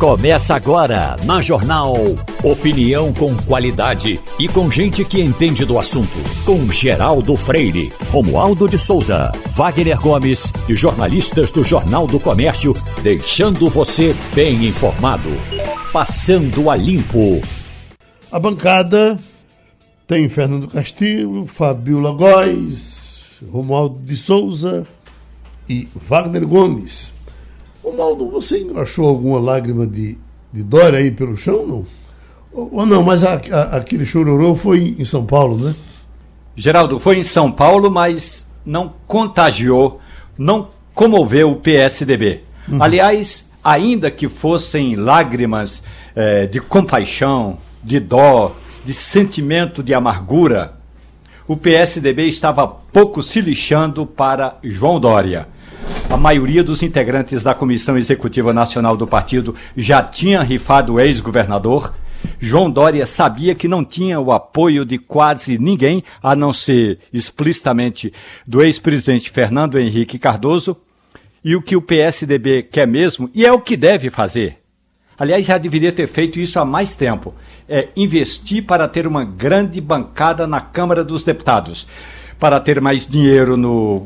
Começa agora na Jornal. Opinião com qualidade e com gente que entende do assunto. Com Geraldo Freire, Romualdo de Souza, Wagner Gomes e jornalistas do Jornal do Comércio, deixando você bem informado. Passando a limpo. A bancada tem Fernando Castilho, Fabiola Góes, Romualdo de Souza e Wagner Gomes. Romualdo, você achou alguma lágrima de Dória aí pelo chão, não? Ou não, mas aquele chororô foi em São Paulo, né? Geraldo, foi em São Paulo, mas não contagiou, não comoveu o PSDB. Aliás, ainda que fossem lágrimas de compaixão, de dó, de sentimento de amargura, o PSDB estava pouco se lixando para João Dória. A maioria dos integrantes da Comissão Executiva Nacional do partido já tinha rifado o ex-governador. João Dória sabia que não tinha o apoio de quase ninguém, a não ser explicitamente do ex-presidente Fernando Henrique Cardoso. E o que o PSDB quer mesmo, e é o que deve fazer, aliás, já deveria ter feito isso há mais tempo, é investir para ter uma grande bancada na Câmara dos Deputados, para ter mais dinheiro no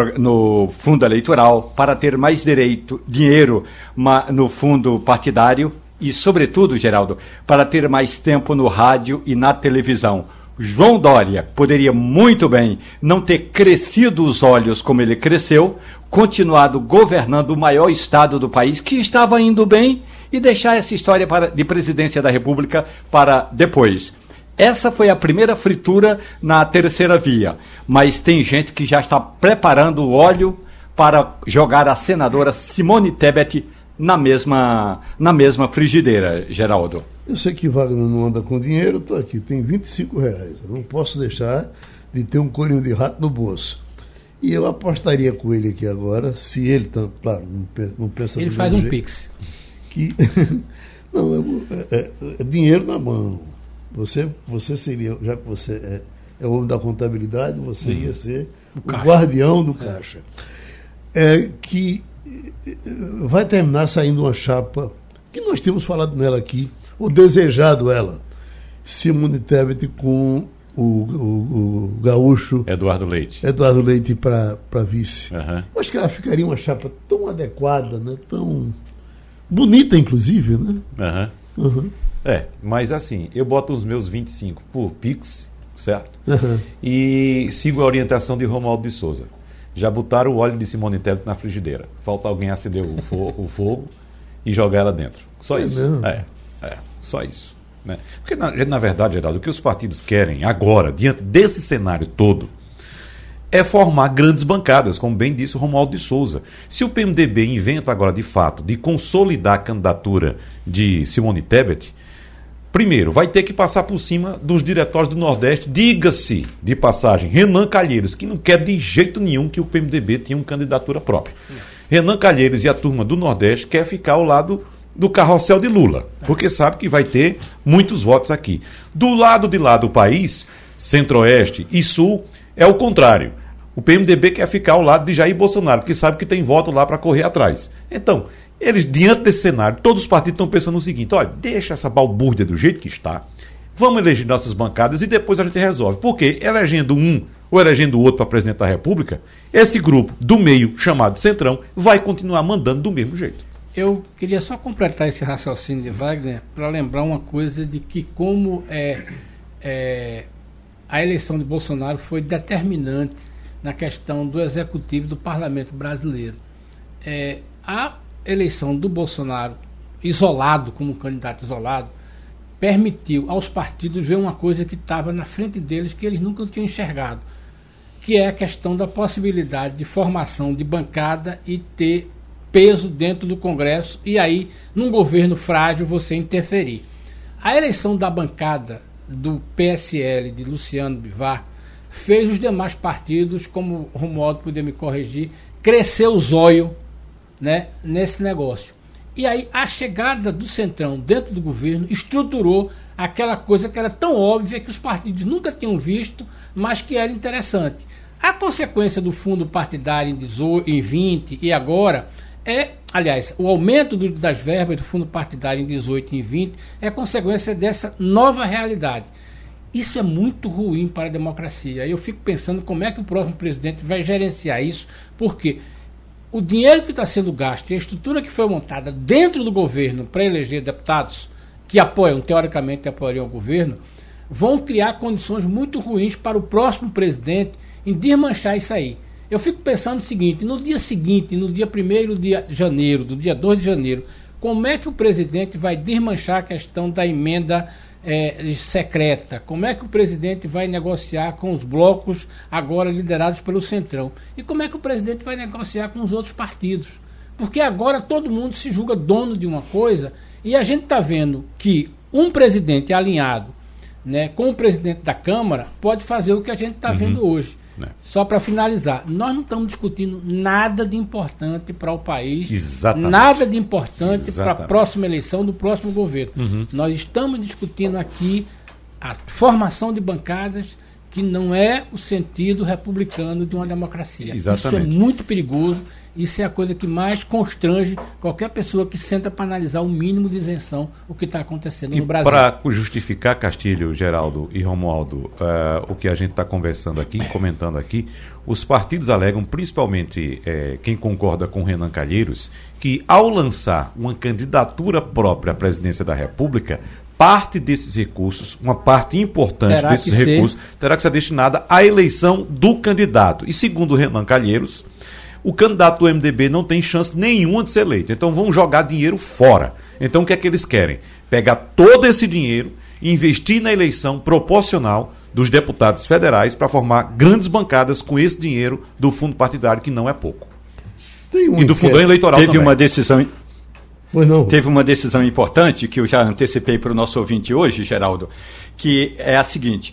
fundo eleitoral, para ter mais dinheiro no fundo partidário e, sobretudo, Geraldo, para ter mais tempo no rádio e na televisão. João Dória poderia muito bem não ter crescido os olhos como ele cresceu, continuado governando o maior estado do país, que estava indo bem, e deixar essa história de presidência da República para depois. Essa foi a primeira fritura na terceira via, mas tem gente que já está preparando o óleo para jogar a senadora Simone Tebet na mesma frigideira, Geraldo. Eu sei que Wagner não anda com dinheiro, estou aqui, tem R$25. Eu não posso deixar de ter um coelhinho de rato no bolso. E eu apostaria com ele aqui agora, se ele, claro, não pensa... Ele faz um pix. Que não, é dinheiro na mão. Você seria, já que você é o homem da contabilidade, você ia ser o guardião do caixa. Que vai terminar saindo uma chapa que nós temos falado nela aqui, ou desejado ela, Simone Tebet com o gaúcho Eduardo Leite para vice. Eu acho que ela ficaria uma chapa tão adequada, né? Tão bonita, inclusive, né? Mas assim, eu boto os meus 25 por Pix, certo? E sigo a orientação de Romualdo de Souza. Já botaram o óleo de Simone Tebet na frigideira. Falta alguém acender o fogo e jogar ela dentro. Só isso. Só isso. Né? Porque, na verdade, Geraldo, o que os partidos querem agora, diante desse cenário todo, é formar grandes bancadas, como bem disse o Romualdo de Souza. Se o PMDB inventa agora, de fato, de consolidar a candidatura de Simone Tebet, primeiro, vai ter que passar por cima dos diretórios do Nordeste, diga-se de passagem, Renan Calheiros, que não quer de jeito nenhum que o PMDB tenha uma candidatura própria. Renan Calheiros e a turma do Nordeste quer ficar ao lado do carrossel de Lula, porque sabe que vai ter muitos votos aqui. Do lado de lá do país, Centro-Oeste e Sul, é o contrário. O PMDB quer ficar ao lado de Jair Bolsonaro, que sabe que tem voto lá para correr atrás. Então, eles, diante desse cenário, todos os partidos estão pensando no seguinte: olha, deixa essa balbúrdia do jeito que está, vamos eleger nossas bancadas e depois a gente resolve. Porque elegendo um ou elegendo o outro para presidente da República, esse grupo do meio, chamado Centrão, vai continuar mandando do mesmo jeito. Eu queria só completar esse raciocínio de Wagner para lembrar uma coisa de que como a eleição de Bolsonaro foi determinante na questão do executivo do parlamento brasileiro. A eleição do Bolsonaro isolado, como candidato isolado, permitiu aos partidos ver uma coisa que estava na frente deles que eles nunca tinham enxergado, que é a questão da possibilidade de formação de bancada e ter peso dentro do Congresso e aí, num governo frágil, você interferir. A eleição da bancada do PSL de Luciano Bivar fez os demais partidos, como o Romualdo podia me corrigir, crescer o zóio, né, nesse negócio. E aí a chegada do Centrão dentro do governo estruturou aquela coisa que era tão óbvia que os partidos nunca tinham visto, mas que era interessante. A consequência do fundo partidário em 20 e agora aliás, o aumento das verbas do fundo partidário em 18 e em 20 é consequência dessa nova realidade. Isso é muito ruim para a democracia. Eu fico pensando como é que o próximo presidente vai gerenciar isso, porque o dinheiro que está sendo gasto e a estrutura que foi montada dentro do governo para eleger deputados que apoiam, teoricamente apoiariam o governo, vão criar condições muito ruins para o próximo presidente em desmanchar isso aí. Eu fico pensando o seguinte, no dia seguinte, no dia 1º de janeiro, do dia 2 de janeiro, como é que o presidente vai desmanchar a questão da emenda secreta? Como é que o presidente vai negociar com os blocos agora liderados pelo Centrão? E como é que o presidente vai negociar com os outros partidos? Porque agora todo mundo se julga dono de uma coisa e a gente está vendo que um presidente alinhado, né, com o presidente da Câmara pode fazer o que a gente está vendo hoje. Só para finalizar, nós não estamos discutindo nada de importante para o país, Exatamente. Nada de importante para a próxima eleição do próximo governo. Nós estamos discutindo aqui a formação de bancadas, que não é o sentido republicano de uma democracia. Exatamente. Isso é muito perigoso, isso é a coisa que mais constrange qualquer pessoa que senta para analisar o mínimo de isenção o que está acontecendo no Brasil. Para justificar, Castilho, Geraldo e Romualdo, o que a gente está conversando aqui, comentando aqui, os partidos alegam, principalmente quem concorda com Renan Calheiros, que ao lançar uma candidatura própria à presidência da República, parte desses recursos, uma parte importante desses recursos, terá que ser destinada à eleição do candidato. E segundo Renan Calheiros, o candidato do MDB não tem chance nenhuma de ser eleito. Então vão jogar dinheiro fora. Então o que é que eles querem? Pegar todo esse dinheiro e investir na eleição proporcional dos deputados federais para formar grandes bancadas com esse dinheiro do fundo partidário, que não é pouco. E do fundo eleitoral também. Teve uma decisão importante que eu já antecipei para o nosso ouvinte hoje, Geraldo, que é a seguinte: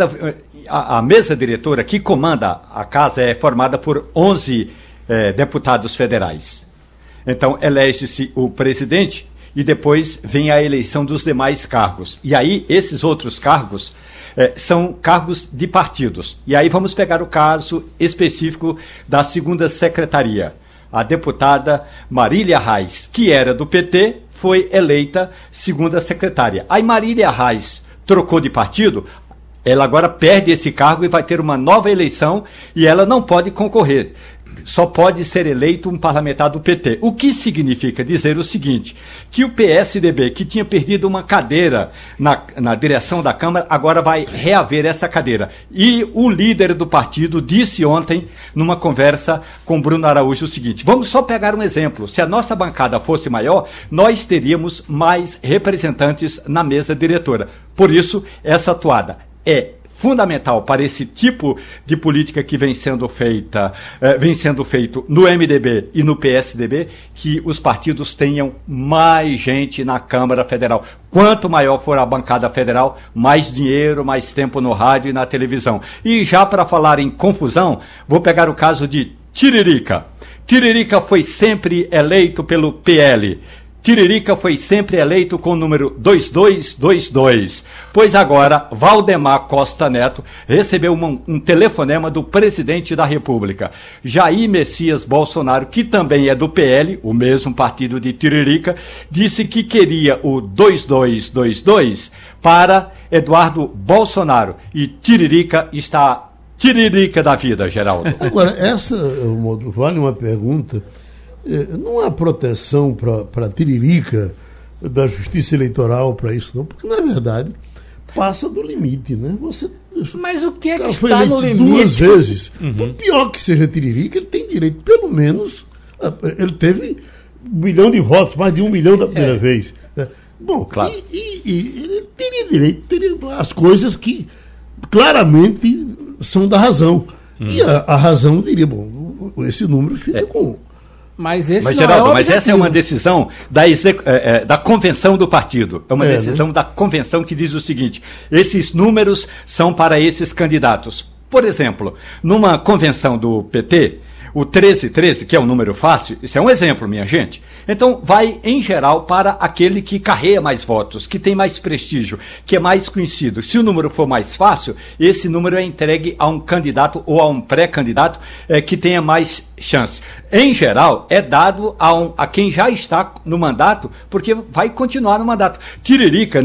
a mesa diretora que comanda a casa é formada por 11 deputados federais. Então, elege-se o presidente e depois vem a eleição dos demais cargos. E aí, esses outros cargos são cargos de partidos. E aí vamos pegar o caso específico da 2ª secretaria. A deputada Marília Reis, que era do PT, foi eleita 2ª secretária. Aí Marília Reis trocou de partido, ela agora perde esse cargo e vai ter uma nova eleição e ela não pode concorrer. Só pode ser eleito um parlamentar do PT. O que significa dizer o seguinte, que o PSDB, que tinha perdido uma cadeira na direção da Câmara, agora vai reaver essa cadeira. E o líder do partido disse ontem, numa conversa com Bruno Araújo, o seguinte: vamos só pegar um exemplo. Se a nossa bancada fosse maior, nós teríamos mais representantes na mesa diretora. Por isso, essa atuada é fundamental para esse tipo de política que vem sendo feito no MDB e no PSDB, que os partidos tenham mais gente na Câmara Federal. Quanto maior for a bancada federal, mais dinheiro, mais tempo no rádio e na televisão. E já para falar em confusão, vou pegar o caso de Tiririca. Tiririca foi sempre eleito pelo PL. Tiririca foi sempre eleito com o número 2222, pois agora Valdemar Costa Neto recebeu um telefonema do presidente da República, Jair Messias Bolsonaro, que também é do PL, o mesmo partido de Tiririca, disse que queria o 2222 para Eduardo Bolsonaro, e Tiririca está Tiririca da vida, Geraldo. Agora, vale uma pergunta. Não há proteção para Tiririca da justiça eleitoral para isso, não, porque na verdade passa do limite, né? Mas o que é que está no limite? 2 vezes. Por pior que seja Tiririca, ele tem direito, pelo menos, ele teve 1 milhão de votos, mais de 1 milhão da primeira vez. Bom, claro. E ele teria direito, as coisas que claramente são da razão. E a razão diria, bom, esse número fica com... Mas Geraldo, essa é uma decisão da convenção do partido. É uma decisão da convenção que diz o seguinte: esses números são para esses candidatos. Por exemplo, numa convenção do PT, o 1313, que é um número fácil, isso é um exemplo, minha gente. Então, vai, em geral, para aquele que carrega mais votos, que tem mais prestígio, que é mais conhecido. Se o número for mais fácil, esse número é entregue a um candidato ou a um pré-candidato que tenha mais chance. Em geral, é dado a quem já está no mandato, porque vai continuar no mandato. Tiririca,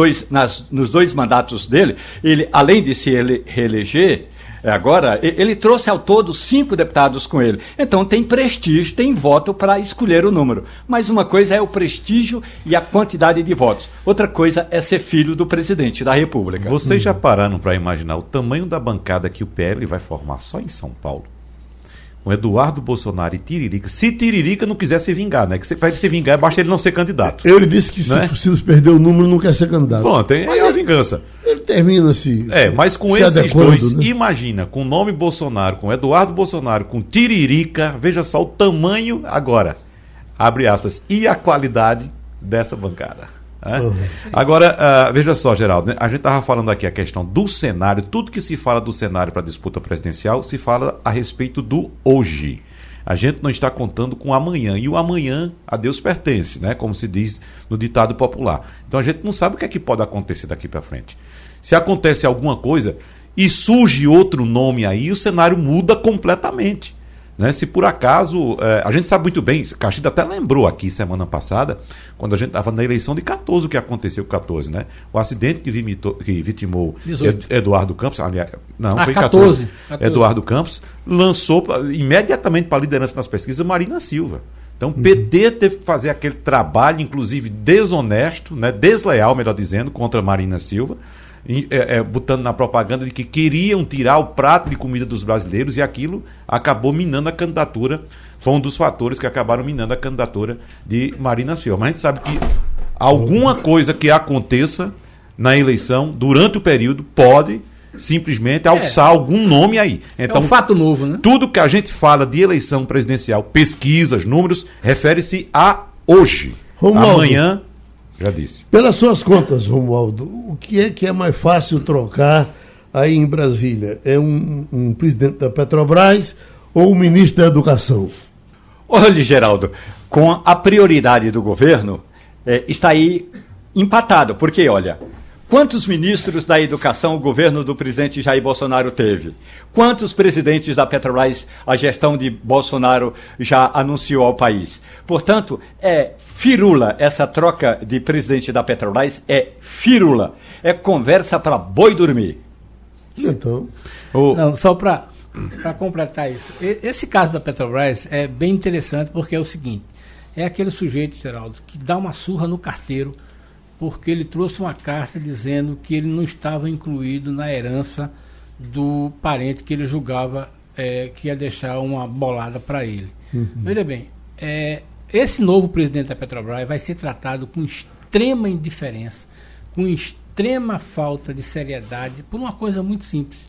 nos dois mandatos dele, ele, além de se reeleger, agora, ele trouxe ao todo 5 deputados com ele. Então tem prestígio, tem voto para escolher o número. Mas uma coisa é o prestígio e a quantidade de votos. Outra coisa é ser filho do presidente da República. Vocês já pararam para imaginar o tamanho da bancada que o PL vai formar só em São Paulo? Com Eduardo Bolsonaro e Tiririca. Se Tiririca não quiser se vingar, né? Que para ele se vingar, basta ele não ser candidato. Ele disse que se perder o número, não quer ser candidato. Bom, tem a vingança. Ele termina assim. Mas com esses dois, né? Imagina, com o nome Bolsonaro, com Eduardo Bolsonaro, com Tiririca, veja só o tamanho agora, abre aspas, e a qualidade dessa bancada. Agora, veja só, Geraldo, né? A gente estava falando aqui a questão do cenário, tudo que se fala do cenário para a disputa presidencial se fala a respeito do hoje. A gente não está contando com o amanhã, e o amanhã a Deus pertence, né? Como se diz no ditado popular. Então a gente não sabe o que é que pode acontecer daqui para frente. Se acontece alguma coisa e surge outro nome aí, o cenário muda completamente. Né? Se por acaso, a gente sabe muito bem, Castilho até lembrou aqui semana passada, quando a gente estava na eleição de 14, o que aconteceu com 14, né? O acidente que vitimou Eduardo Campos, aliás, não, foi 14. Eduardo Campos lançou imediatamente para a liderança nas pesquisas Marina Silva. Então o PT teve que fazer aquele trabalho, inclusive desonesto, né? Desleal, melhor dizendo, contra Marina Silva, botando na propaganda de que queriam tirar o prato de comida dos brasileiros, e aquilo acabou minando a candidatura, foi um dos fatores que acabaram minando a candidatura de Marina Silva. Mas a gente sabe que alguma coisa que aconteça na eleição, durante o período, pode simplesmente alçar algum nome aí. Então, é um fato novo, né? Tudo que a gente fala de eleição presidencial, pesquisas, números, refere-se a hoje. Romualdo, amanhã, já disse. Pelas suas contas, Romualdo, o que é mais fácil trocar aí em Brasília? É um presidente da Petrobras ou o ministro da Educação? Olha, Geraldo, com a prioridade do governo, está aí empatado, porque, olha, quantos ministros da educação o governo do presidente Jair Bolsonaro teve? Quantos presidentes da Petrobras a gestão de Bolsonaro já anunciou ao país? Portanto, é firula essa troca de presidente da Petrobras, é firula, é conversa para boi dormir. Então, Não, só para completar isso, esse caso da Petrobras é bem interessante, porque é o seguinte, é aquele sujeito, Geraldo, que dá uma surra no carteiro porque ele trouxe uma carta dizendo que ele não estava incluído na herança do parente que ele julgava que ia deixar uma bolada para ele. Veja bem, esse novo presidente da Petrobras vai ser tratado com extrema indiferença, com extrema falta de seriedade, por uma coisa muito simples.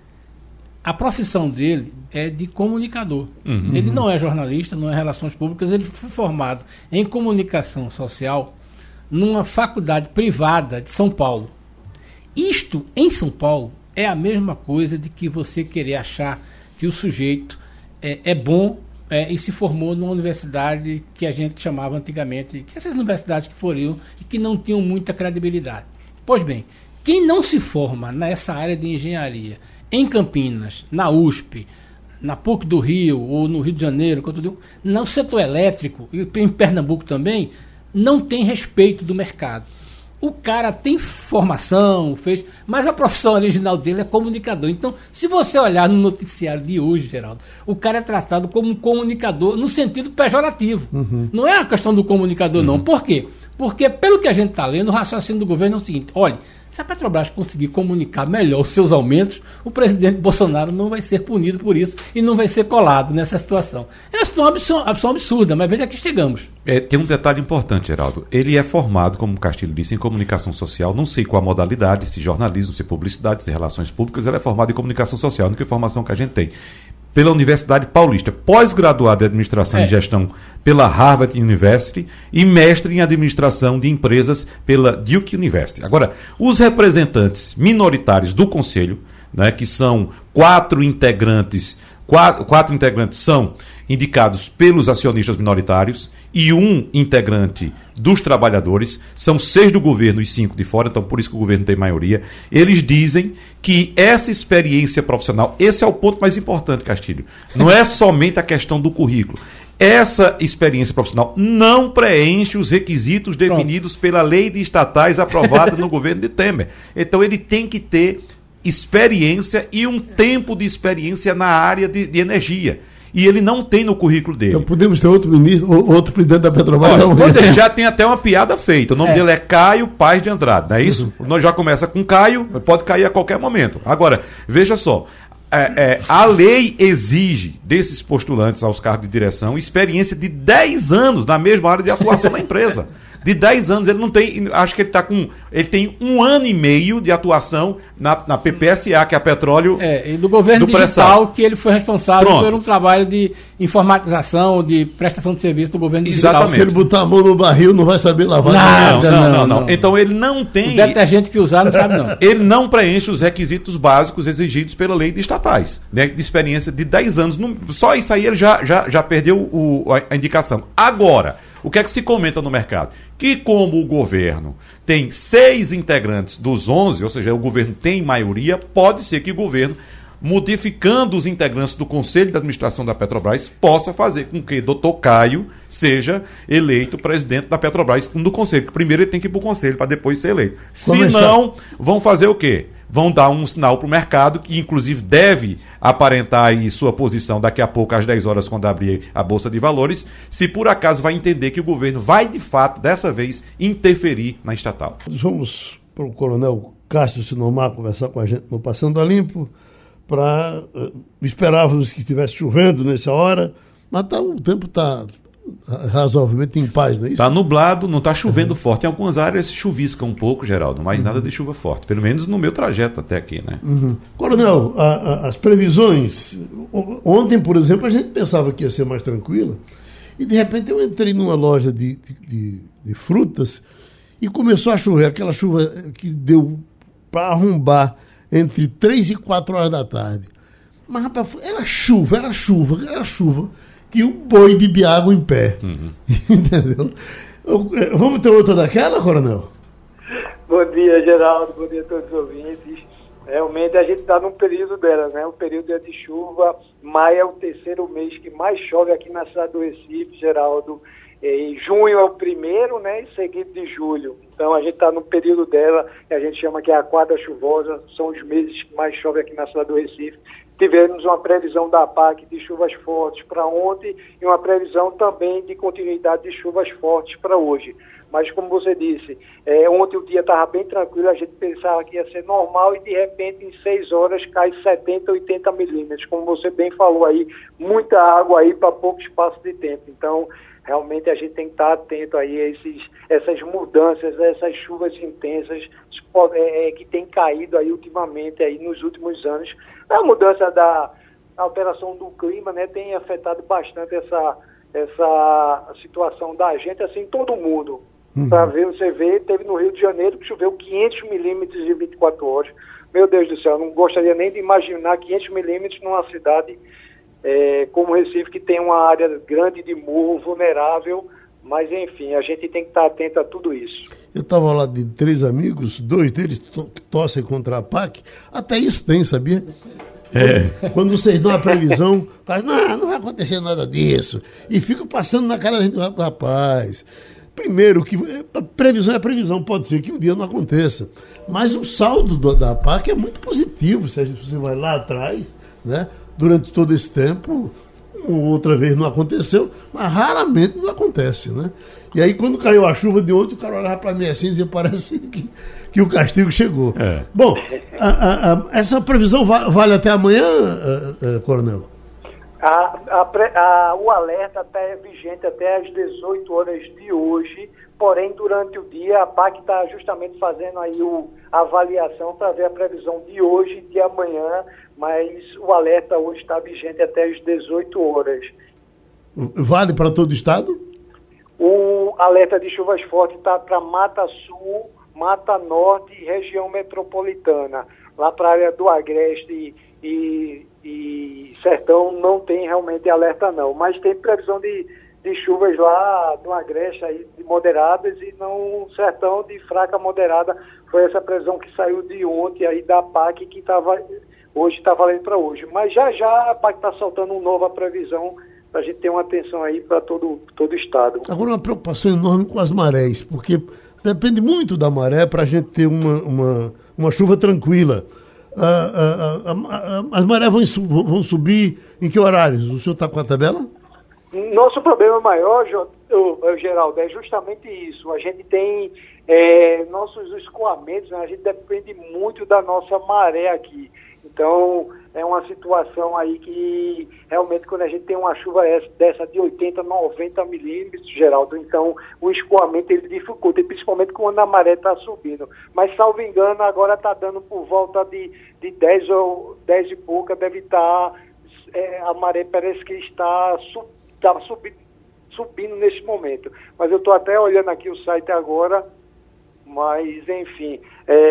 A profissão dele é de comunicador. Ele não é jornalista, não é relações públicas, ele foi formado em comunicação social numa faculdade privada de São Paulo. Isto, em São Paulo, é a mesma coisa de que você querer achar que o sujeito é bom e se formou numa universidade que a gente chamava antigamente, que essas universidades que foram e que não tinham muita credibilidade. Pois bem, quem não se forma nessa área de engenharia, em Campinas, na USP, na PUC do Rio, ou no Rio de Janeiro, no setor elétrico, e em Pernambuco também, não tem respeito do mercado. O cara tem formação, mas a profissão original dele é comunicador. Então, se você olhar no noticiário de hoje, Geraldo, o cara é tratado como um comunicador no sentido pejorativo. Não é a questão do comunicador, não. Por quê? Porque, pelo que a gente está lendo, o raciocínio do governo é o seguinte: olha, se a Petrobras conseguir comunicar melhor os seus aumentos, o presidente Bolsonaro não vai ser punido por isso e não vai ser colado nessa situação. É uma opção absurda, mas veja que chegamos. Tem um detalhe importante, Geraldo. Ele é formado, como o Castilho disse, em comunicação social, não sei qual a modalidade, se jornalismo, se publicidade, se relações públicas, ele é formado em comunicação social, a única informação que a gente tem. Pela Universidade Paulista, pós-graduado em administração e gestão pela Harvard University e mestre em administração de empresas pela Duke University. Agora, os representantes minoritários do Conselho, né, que são 4 integrantes quatro integrantes são indicados pelos acionistas minoritários e um integrante dos trabalhadores. São 6 do governo e 5 de fora, então por isso que o governo tem maioria. Eles dizem que essa experiência profissional, esse é o ponto mais importante, Castilho, não é somente a questão do currículo. Essa experiência profissional não preenche os requisitos definidos pela lei de estatais aprovada no governo de Temer. Então ele tem que ter experiência e um tempo de experiência na área de energia. E ele não tem no currículo dele. Então podemos ter outro ministro, outro presidente da Petrobras. Já tem até uma piada feita. O nome dele é Caio Paz de Andrade, não é isso? Nós já começa com Caio, pode cair a qualquer momento. Agora, veja só. A lei exige desses postulantes aos cargos de direção experiência de 10 anos na mesma área de atuação da empresa. De 10 anos, ele não tem, acho que ele tem 1 ano e meio de atuação na PPSA, que é a Petróleo e do governo do digital, que ele foi responsável por um trabalho de informatização, de prestação de serviço do governo digital. Exatamente. Se ele botar a mão no barril, não vai saber lavar. Não. Então ele não tem... O detergente que usar não sabe não. Ele não preenche os requisitos básicos exigidos pela lei de estatais, né, de experiência de 10 anos. Só isso aí ele já perdeu a indicação. Agora, o que é que se comenta no mercado? Que como o governo tem 6 integrantes dos 11, ou seja, o governo tem maioria, pode ser que o governo, modificando os integrantes do Conselho de Administração da Petrobras, possa fazer com que Dr. Caio seja eleito presidente da Petrobras do Conselho. Primeiro ele tem que ir para o Conselho, para depois ser eleito. Se não, vão fazer o quê? Vão dar um sinal para o mercado, que inclusive deve aparentar aí sua posição daqui a pouco, às 10 horas, quando abrir a Bolsa de Valores, se por acaso vai entender que o governo vai, de fato, dessa vez, interferir na estatal. Vamos para o Coronel Cássio Sinomar conversar com a gente no Passando a Limpo, para esperávamos que estivesse chovendo nessa hora, mas o tempo está razoavelmente em paz, não é isso? Está nublado, não está chovendo forte. Em algumas áreas chuvisca um pouco, Geraldo, mas nada de chuva forte. Pelo menos no meu trajeto até aqui, né? Coronel, as previsões... Ontem, por exemplo, a gente pensava que ia ser mais tranquila e, de repente, eu entrei numa loja de frutas e começou a chover. Aquela chuva que deu para arrombar entre 3 e 4 horas da tarde. Mas, rapaz, era chuva, que o boi bebia água em pé. Entendeu? Vamos ter outra daquela, Coronel? Bom dia, Geraldo. Bom dia a todos os ouvintes. Realmente a gente está num período dela, né? O período é de chuva. Maio é o 3º mês que mais chove aqui na cidade do Recife, Geraldo. E junho é o 1º, né? E seguido de julho. Então a gente está no período dela, que a gente chama que é a quadra chuvosa. São os meses que mais chove aqui na cidade do Recife. Tivemos uma previsão da APAC de chuvas fortes para ontem e uma previsão também de continuidade de chuvas fortes para hoje. Mas, como você disse, ontem o dia estava bem tranquilo, a gente pensava que ia ser normal e, de repente, em 6 horas cai 70, 80 milímetros. Como você bem falou aí, muita água aí para pouco espaço de tempo. Então, realmente a gente tem que estar atento aí a essas mudanças, a essas chuvas intensas que tem caído aí ultimamente, aí nos últimos anos. A mudança da alteração do clima, né, tem afetado bastante essa situação da gente, assim, todo mundo. Para ver, você vê, teve no Rio de Janeiro que choveu 500 milímetros em 24 horas. Meu Deus do céu, não gostaria nem de imaginar 500 milímetros numa cidade como Recife, que tem uma área grande de morro, vulnerável, mas enfim, a gente tem que estar atento a tudo isso. Eu estava ao lado de 3 amigos, 2 deles torcem contra a PAC, até isso tem, sabia? Quando vocês dão a previsão, faz, não vai acontecer nada disso, e fica passando na cara da gente, rapaz. Primeiro, que a previsão é previsão, pode ser que um dia não aconteça, mas o saldo da PAC é muito positivo, se você vai lá atrás, né? Durante todo esse tempo, outra vez não aconteceu, mas raramente não acontece, né? E aí, quando caiu a chuva de ontem, o cara olhava para mim assim e dizia, parece que o castigo chegou. Bom, essa previsão vale até amanhã, Coronel? O alerta é vigente até às 18 horas de hoje, porém, durante o dia, a PAC está justamente fazendo aí a avaliação para ver a previsão de hoje e de amanhã, mas o alerta hoje está vigente até às 18 horas. Vale para todo o estado? O alerta de chuvas fortes está para Mata Sul, Mata Norte e região metropolitana. lá para a área do Agreste e Sertão não tem realmente alerta não, mas tem previsão de chuvas lá no Agreste aí, de moderadas, e no Sertão de fraca a moderada. Foi essa previsão que saiu de ontem aí da PAC, que hoje está valendo para hoje. Mas já a PAC está soltando uma nova previsão para a gente ter uma atenção aí para todo o estado. Agora, uma preocupação enorme com as marés, porque depende muito da maré para a gente ter uma chuva tranquila. As marés vão subir em que horários? O senhor está com a tabela? Nosso problema maior, Geraldo, é justamente isso. A gente tem nossos escoamentos, né? A gente depende muito da nossa maré aqui. Então, é uma situação aí que realmente quando a gente tem uma chuva dessa de 80, 90 milímetros, Geraldo, então o escoamento ele dificulta, principalmente quando a maré está subindo. Mas, salvo engano, agora está dando por volta de 10 ou 10 e pouca, deve estar, a maré parece que está subindo nesse momento. Mas eu estou até olhando aqui o site agora, mas, enfim,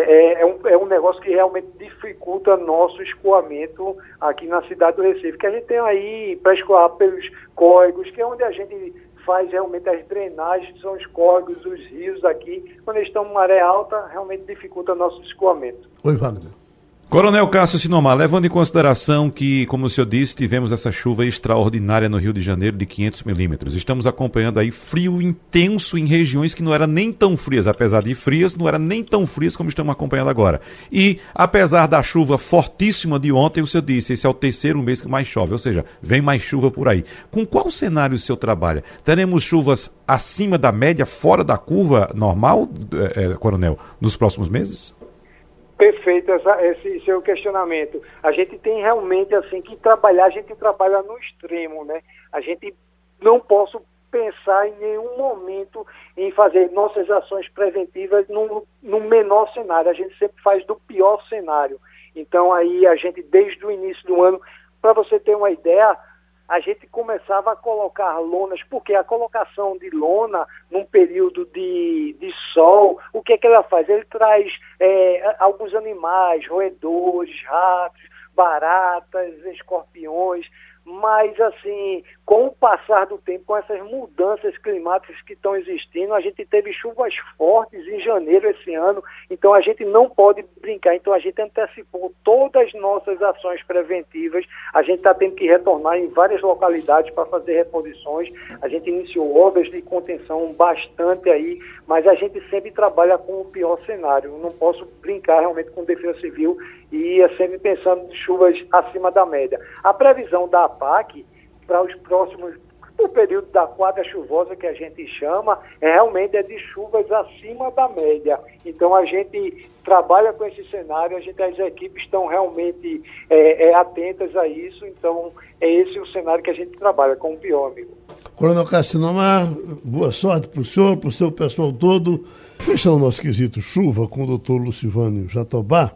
é um negócio que realmente dificulta nosso escoamento aqui na cidade do Recife, que a gente tem aí para escoar pelos córregos, que é onde a gente faz realmente as drenagens, são os córregos, os rios aqui. Quando eles estão em maré alta, realmente dificulta nosso escoamento. Oi, Wagner. Coronel Cássio Sinomar, levando em consideração que, como o senhor disse, tivemos essa chuva extraordinária no Rio de Janeiro de 500 milímetros. Estamos acompanhando aí frio intenso em regiões que não eram nem tão frias, apesar de frias, não eram nem tão frias como estamos acompanhando agora. E, apesar da chuva fortíssima de ontem, o senhor disse, esse é o terceiro mês que mais chove, ou seja, vem mais chuva por aí. Com qual cenário o senhor trabalha? Teremos chuvas acima da média, fora da curva normal, Coronel, nos próximos meses? Perfeito esse seu questionamento. A gente tem realmente assim que trabalhar, a gente trabalha no extremo, né? A gente não posso pensar em nenhum momento em fazer nossas ações preventivas no menor cenário. A gente sempre faz do pior cenário. Então aí a gente, desde o início do ano, para você ter uma ideia, a gente começava a colocar lonas, porque a colocação de lona num período de sol, o que ela faz? Ele traz alguns animais, roedores, ratos, baratas, escorpiões, mas assim, com o passar do tempo, com essas mudanças climáticas que estão existindo, a gente teve chuvas fortes em janeiro esse ano, então a gente não pode brincar, então a gente antecipou todas as nossas ações preventivas, a gente está tendo que retornar em várias localidades para fazer reposições, a gente iniciou obras de contenção bastante aí, mas a gente sempre trabalha com o pior cenário, não posso brincar realmente com defesa civil e sempre pensando em chuvas acima da média. A previsão da PAC para os próximos, o período da quadra chuvosa que a gente chama, realmente é de chuvas acima da média. Então a gente trabalha com esse cenário, as equipes estão realmente atentas a isso, então é esse o cenário que a gente trabalha com o pior, amigo. Coronel Cássio Sinomar, boa sorte para o senhor, para o seu pessoal todo. Fechando o nosso quesito chuva com o doutor Lucivânio Jatobá,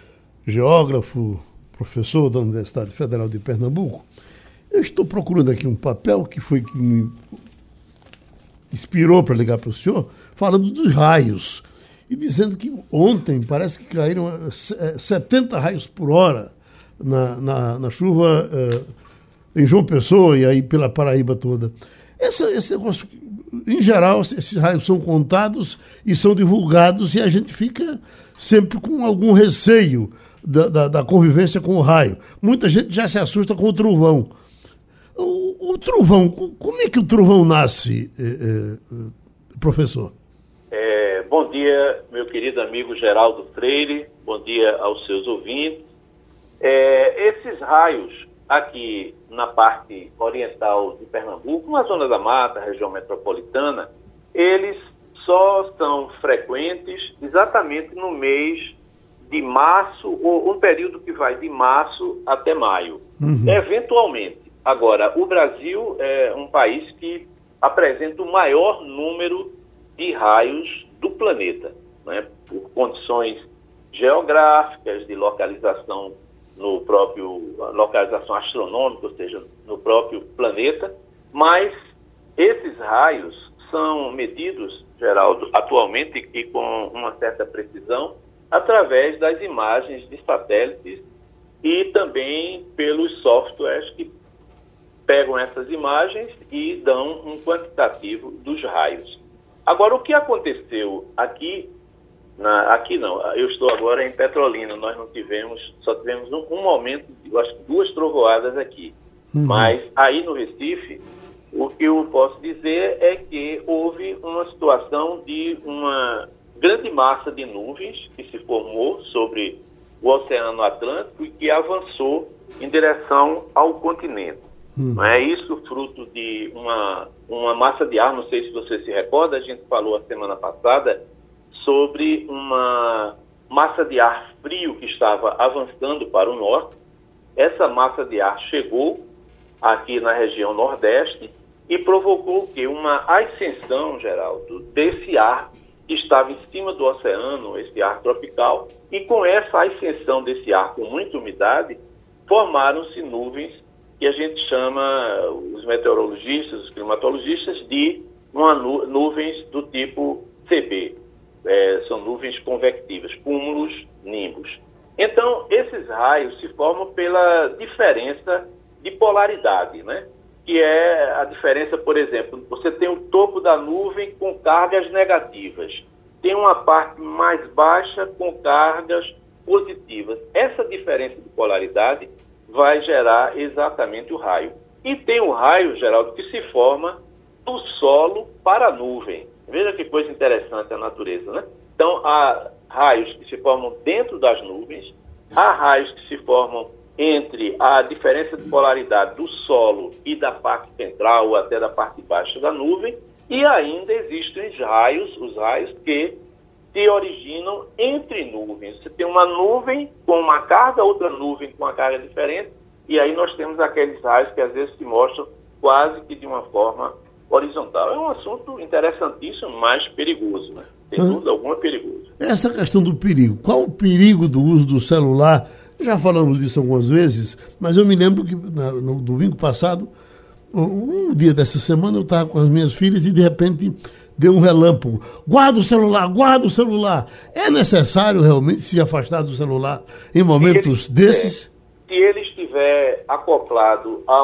geógrafo, professor da Universidade Federal de Pernambuco. Eu estou procurando aqui um papel que me inspirou para ligar para o senhor, falando dos raios, e dizendo que ontem parece que caíram 70 raios por hora na chuva em João Pessoa e aí pela Paraíba toda. Esse negócio, em geral, esses raios são contados e são divulgados e a gente fica sempre com algum receio da convivência com o raio. Muita gente já se assusta com o trovão. O trovão, como é que o trovão nasce, professor? Bom dia, meu querido amigo Geraldo Freire, bom dia aos seus ouvintes. Esses raios aqui na parte oriental de Pernambuco, na zona da mata, região metropolitana, eles só são frequentes exatamente no mês de março, ou um período que vai de março até maio, eventualmente. Agora, o Brasil é um país que apresenta o maior número de raios do planeta, né? Por condições geográficas, de localização localização astronômica, ou seja, no próprio planeta, mas esses raios são medidos, Geraldo, atualmente e com uma certa precisão, através das imagens de satélites e também pelos softwares que pegam essas imagens e dão um quantitativo dos raios. Agora, o que aconteceu aqui não, eu estou agora em Petrolina, nós só tivemos um momento, eu acho que 2 trovoadas aqui. Mas aí no Recife, o que eu posso dizer é que houve uma situação de uma grande massa de nuvens que se formou sobre o Oceano Atlântico e que avançou em direção ao continente. Não é isso fruto de uma massa de ar, não sei se você se recorda, a gente falou a semana passada sobre uma massa de ar frio que estava avançando para o norte. Essa massa de ar chegou aqui na região nordeste e provocou o quê? Uma ascensão, Geraldo, desse ar que estava em cima do oceano, esse ar tropical, e com essa ascensão desse ar com muita umidade, formaram-se nuvens que a gente chama, os meteorologistas, os climatologistas, de nuvens do tipo CB. São nuvens convectivas, cúmulos, nimbos. Então, esses raios se formam pela diferença de polaridade, né? Que é a diferença, por exemplo, você tem o topo da nuvem com cargas negativas, tem uma parte mais baixa com cargas positivas. Essa diferença de polaridade vai gerar exatamente o raio. E tem o raio, Geraldo, que se forma do solo para a nuvem. Veja que coisa interessante a natureza, né? Então, há raios que se formam dentro das nuvens, há raios que se formam entre a diferença de polaridade do solo e da parte central ou até da parte baixa da nuvem, e ainda existem os raios que se originam entre nuvens. Você tem uma nuvem com uma carga, outra nuvem com uma carga diferente, e aí nós temos aqueles raios que às vezes se mostram quase que de uma forma horizontal. É um assunto interessantíssimo, mas perigoso, né? Sem dúvida alguma, perigoso. Essa questão do perigo, qual o perigo do uso do celular? Já falamos disso algumas vezes, mas eu me lembro que no domingo passado, um dia dessa semana, eu estava com as minhas filhas e de repente deu um relâmpago. Guarda o celular, guarda o celular. É necessário realmente se afastar do celular em momentos desses? Se ele estiver acoplado a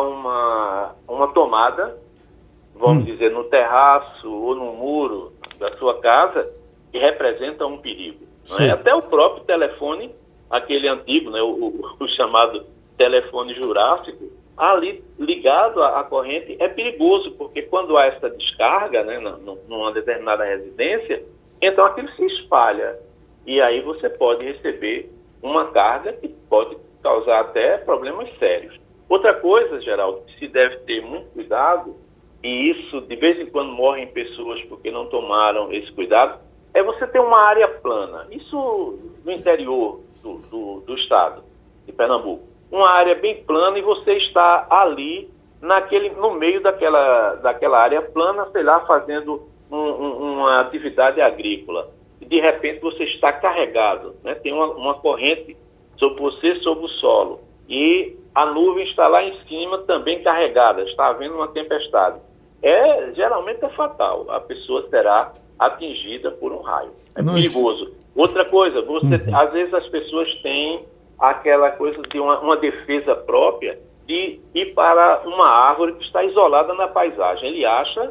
uma tomada, vamos dizer, no terraço ou no muro da sua casa, que representa um perigo. Não é? Até o próprio telefone, aquele antigo, né, o chamado telefone jurássico, ali ligado à corrente é perigoso, porque quando há essa descarga, né, numa determinada residência, então aquilo se espalha. E aí você pode receber uma carga que pode causar até problemas sérios. Outra coisa, Geraldo, que se deve ter muito cuidado, e isso de vez em quando morrem pessoas porque não tomaram esse cuidado, é você ter uma área plana. Isso no interior do estado de Pernambuco. Uma área bem plana e você está ali no meio daquela área plana, sei lá, fazendo uma atividade agrícola. E de repente você está carregado, né? Tem uma corrente sobre você, sobre o solo. E a nuvem está lá em cima também carregada, está havendo uma tempestade. Geralmente é fatal, a pessoa será atingida por um raio. É perigoso. Outra coisa, às vezes as pessoas têm aquela coisa de uma defesa própria de ir para uma árvore que está isolada na paisagem.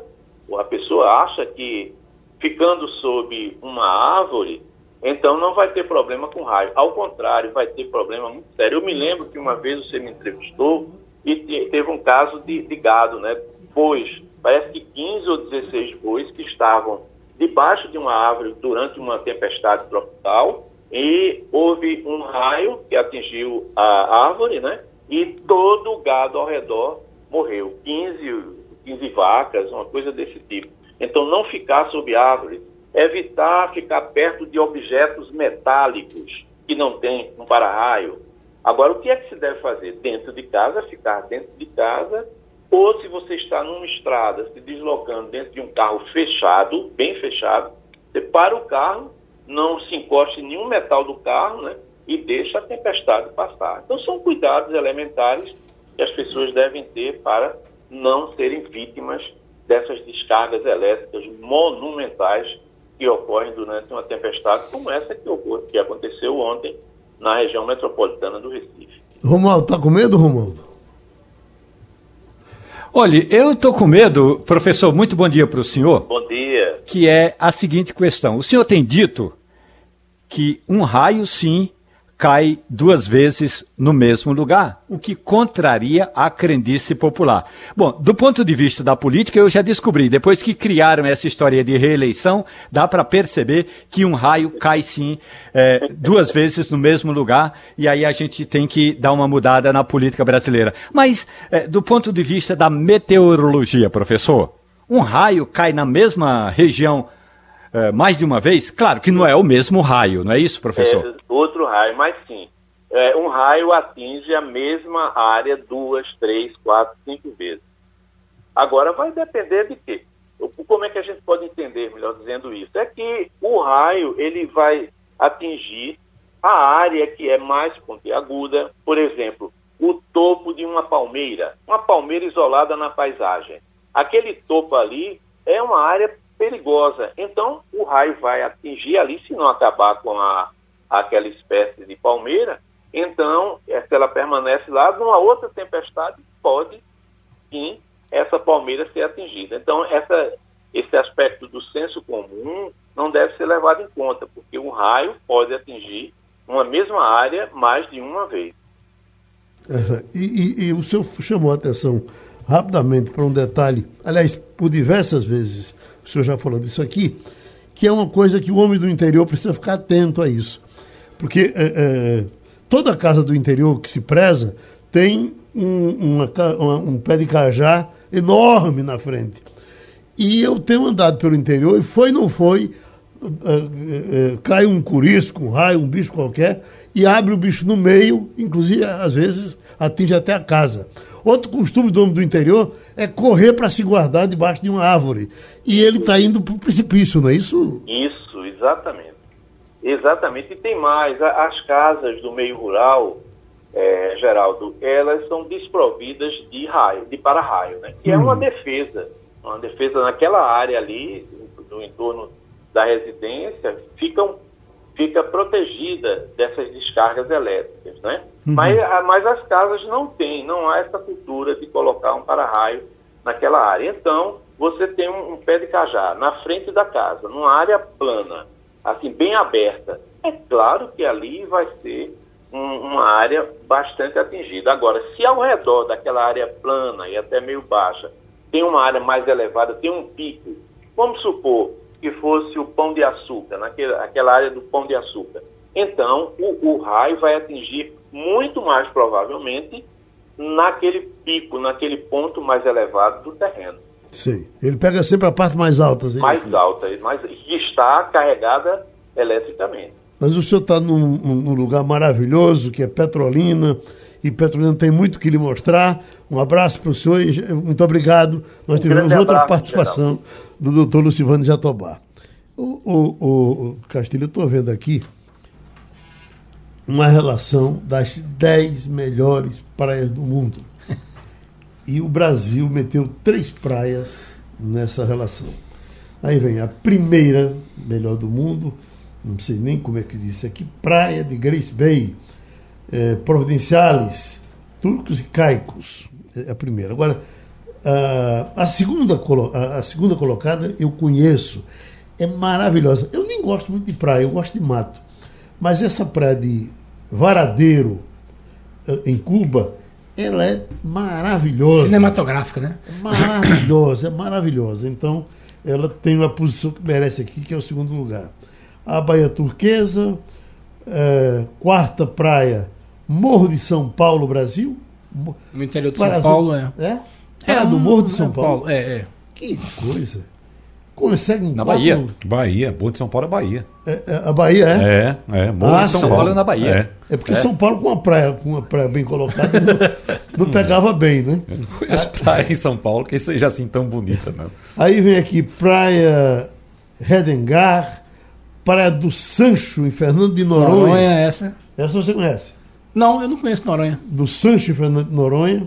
A pessoa acha que ficando sob uma árvore, então não vai ter problema com raio. Ao contrário, vai ter problema muito sério. Eu me lembro que uma vez você me entrevistou e teve um caso de gado, né? Bois, parece que 15 ou 16 bois que estavam debaixo de uma árvore durante uma tempestade tropical e houve um raio que atingiu a árvore, né? E todo o gado ao redor morreu. 15 vacas, uma coisa desse tipo. Então, não ficar sob árvore, evitar ficar perto de objetos metálicos que não tem um para-raio. Agora, o que é que se deve fazer? Dentro de casa, ficar dentro de casa, ou se você está numa estrada, se deslocando dentro de um carro fechado, bem fechado, você para o carro, não se encoste em nenhum metal do carro, né? E deixa a tempestade passar. Então, são cuidados elementares que as pessoas devem ter para não serem vítimas dessas descargas elétricas monumentais que ocorrem durante uma tempestade como essa que aconteceu ontem na região metropolitana do Recife. Romualdo, está com medo, Romualdo? Olha, eu estou com medo, professor, muito bom dia para o senhor. Bom dia. Que é a seguinte questão. O senhor tem dito que um raio, sim, cai 2 vezes no mesmo lugar, o que contraria a crendice popular. Bom, do ponto de vista da política, eu já descobri, depois que criaram essa história de reeleição, dá para perceber que um raio cai, sim, 2 vezes no mesmo lugar, e aí a gente tem que dar uma mudada na política brasileira. Mas, do ponto de vista da meteorologia, professor, um raio cai na mesma região mais de uma vez? Claro que não é o mesmo raio, não é isso, professor? Outro raio, mas sim. Um raio atinge a mesma área 2, 3, 4, 5 vezes. Agora, vai depender de quê? Como é que a gente pode entender, melhor dizendo isso? É que o raio, ele vai atingir a área que é mais pontiaguda, por exemplo, o topo de uma palmeira isolada na paisagem. Aquele topo ali é uma área perigosa. Então, o raio vai atingir ali, se não acabar com aquela espécie de palmeira, então, se ela permanece lá, numa outra tempestade, pode, sim, essa palmeira ser atingida. Então, esse aspecto do senso comum não deve ser levado em conta, porque um raio pode atingir uma mesma área mais de uma vez. E o senhor chamou a atenção rapidamente para um detalhe, aliás, por diversas vezes, o senhor já falou disso aqui, que é uma coisa que o homem do interior precisa ficar atento a isso. Porque toda casa do interior que se preza tem um pé de cajá enorme na frente. E eu tenho andado pelo interior e foi, não foi, cai um curisco, um raio, um bicho qualquer, e abre o bicho no meio, inclusive, às vezes, atinge até a casa. Outro costume do homem do interior é correr para se guardar debaixo de uma árvore. E ele está indo para o precipício, não é isso? Isso, exatamente. Exatamente. E tem mais. As casas do meio rural, Geraldo, elas são desprovidas de raio, de para-raio, né? Que é uma defesa. Uma defesa naquela área ali, no entorno da residência, fica protegida dessas descargas elétricas, né? Mas as casas não há essa cultura de colocar um para-raio naquela área. Então, você tem um pé de cajá na frente da casa, numa área plana, assim, bem aberta. É claro que ali vai ser uma área bastante atingida. Agora, se ao redor daquela área plana e até meio baixa, tem uma área mais elevada, tem um pico, vamos supor que fosse o Pão de Açúcar, aquela área do Pão de Açúcar. Então, o raio vai atingir muito mais provavelmente naquele pico, naquele ponto mais elevado do terreno. Sim. Ele pega sempre a parte mais alta. Mais alta, que está carregada eletricamente. Mas o senhor está num lugar maravilhoso, que é Petrolina, e Petrolina tem muito que lhe mostrar. Um abraço para o senhor e muito obrigado. Nós tivemos outra participação do doutor Lucivano Jatobá. O Castilho, eu estou vendo aqui uma relação das 10 melhores praias do mundo. E o Brasil meteu 3 praias nessa relação. Aí vem a primeira melhor do mundo, não sei nem como é que diz aqui, Praia de Grace Bay, Providenciales, Turcos e Caicos, é a primeira. Agora, a segunda colocada eu conheço, é maravilhosa. Eu nem gosto muito de praia, eu gosto de mato. Mas essa praia de Varadeiro, em Cuba, ela é maravilhosa. Cinematográfica, né? Maravilhosa, é maravilhosa. Então, ela tem uma posição que merece aqui, que é o segundo lugar. A Baía Turquesa, quarta praia, Morro de São Paulo, Brasil. No interior de São Paulo, Praia do Morro de São Paulo. Que coisa. Consegue na Bahia. Bahia, Morro de São Paulo é Bahia. A Bahia Morro de São Paulo é na Bahia. É porque São Paulo com uma praia bem colocada não pegava bem, né? Eu não conheço praia em São Paulo que seja assim tão bonita, não. Aí vem aqui Praia Redengar, Praia do Sancho, em Fernando de Noronha. Noronha, essa. Essa você conhece? Não, eu não conheço Noronha. Do Sancho, em Fernando de Noronha.